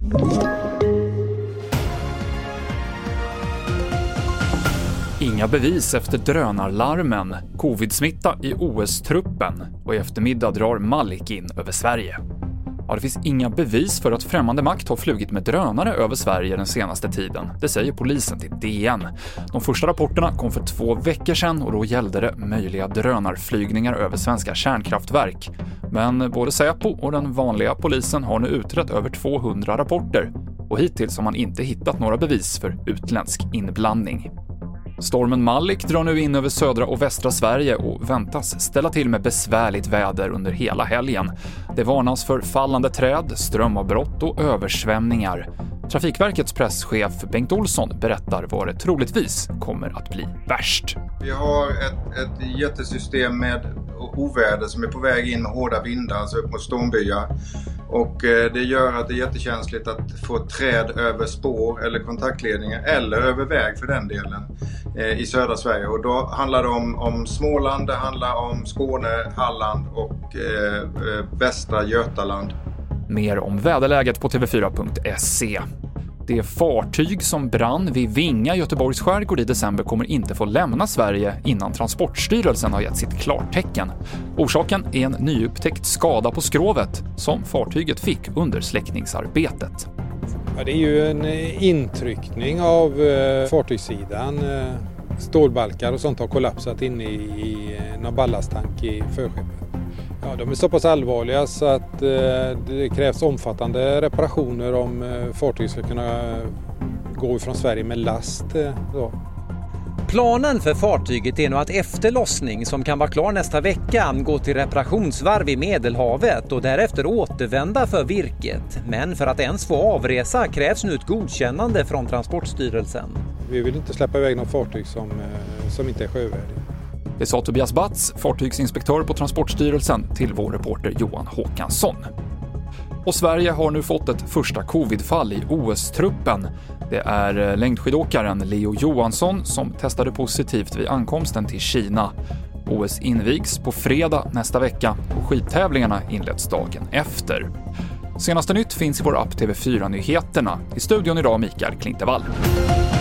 Inga bevis efter drönarlarmen, covid-smitta i OS-truppen och i eftermiddag drar Malik in över Sverige. Ja, det finns inga bevis för att främmande makt har flugit med drönare över Sverige den senaste tiden. Det säger polisen till DN. De första rapporterna kom för 2 veckor sedan och då gällde det möjliga drönarflygningar över svenska kärnkraftverk. Men både Säpo och den vanliga polisen har nu utrett över 200 rapporter och hittills har man inte hittat några bevis för utländsk inblandning. Stormen Malik drar nu in över södra och västra Sverige och väntas ställa till med besvärligt väder under hela helgen. Det varnas för fallande träd, strömavbrott och översvämningar. Trafikverkets presschef Bengt Olsson berättar vad det troligtvis kommer att bli värst. Vi har ett jättesystem med oväder som är på väg in med hårda vindar, alltså upp mot stormbyar. Och det gör att det är jättekänsligt att få träd över spår eller kontaktledningar eller över väg för den delen i södra Sverige. Och då handlar det om Småland, det handlar om Skåne, Halland och västra Götaland. Mer om väderläget på tv4.se. Det fartyg som brann vid Vinga Göteborgs skärgård i december kommer inte få lämna Sverige innan Transportstyrelsen har gett sitt klartecken. Orsaken är en nyupptäckt skada på skrovet som fartyget fick under släckningsarbetet. Ja, det är ju en intryckning av fartygssidan. Stålbalkar och sånt har kollapsat inne i någon ballasttank i förskeppet. Ja, de är så pass allvarliga så att det krävs omfattande reparationer om fartyg ska kunna gå från Sverige med last. Så. Planen för fartyget är nu att efter lossning, som kan vara klar nästa vecka, gå till reparationsvarv i Medelhavet och därefter återvända för virket. Men för att ens få avresa krävs nu ett godkännande från Transportstyrelsen. Vi vill inte släppa iväg någon fartyg som inte är sjövärdig. Det sa Tobias Batz, fartygsinspektör på Transportstyrelsen, till vår reporter Johan Håkansson. Och Sverige har nu fått ett första covidfall i OS-truppen. Det är längdskidåkaren Leo Johansson som testade positivt vid ankomsten till Kina. OS invigs på fredag nästa vecka och skidtävlingarna inleds dagen efter. Senaste nytt finns i vår app TV4 Nyheterna. I studion idag Mikael Klintevall.